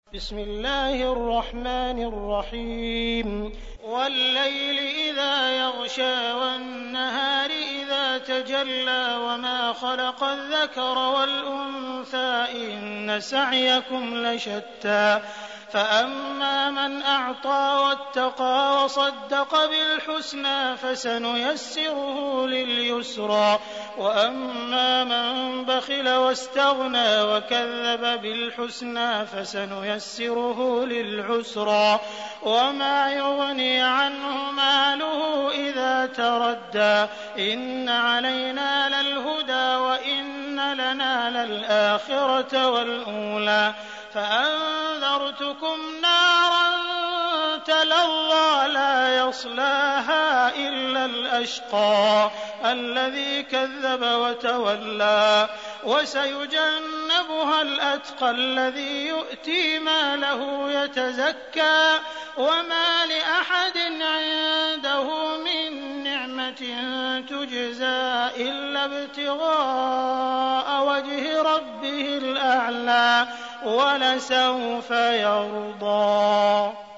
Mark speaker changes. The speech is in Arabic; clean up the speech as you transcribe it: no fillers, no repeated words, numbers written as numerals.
Speaker 1: بسم الله الرحمن الرحيم والليل إذا يغشى والنهار إذا تجلى وما خلق الذكر والأنثى إن سعيكم لشتى فأما من أعطى واتقى وصدق بالحسنى فسنيسره لليسرى وأما من بخل واستغنى وكذب بالحسنى فسنيسره للعسرى وما يغني عنه ماله إذا تردى إن علينا للهدى وإن لنا للآخرة والأولى فأنذرتكم نارا تلظى لا يصلاها إلا الأشقى الذي كذب وتولى وسيجنبها الأتقى الذي يؤتي ماله يتزكى وما لأحد عنده من نعمة تجزى إلا ابتغاء وجه ربه الأعلى ولسوف يرضى.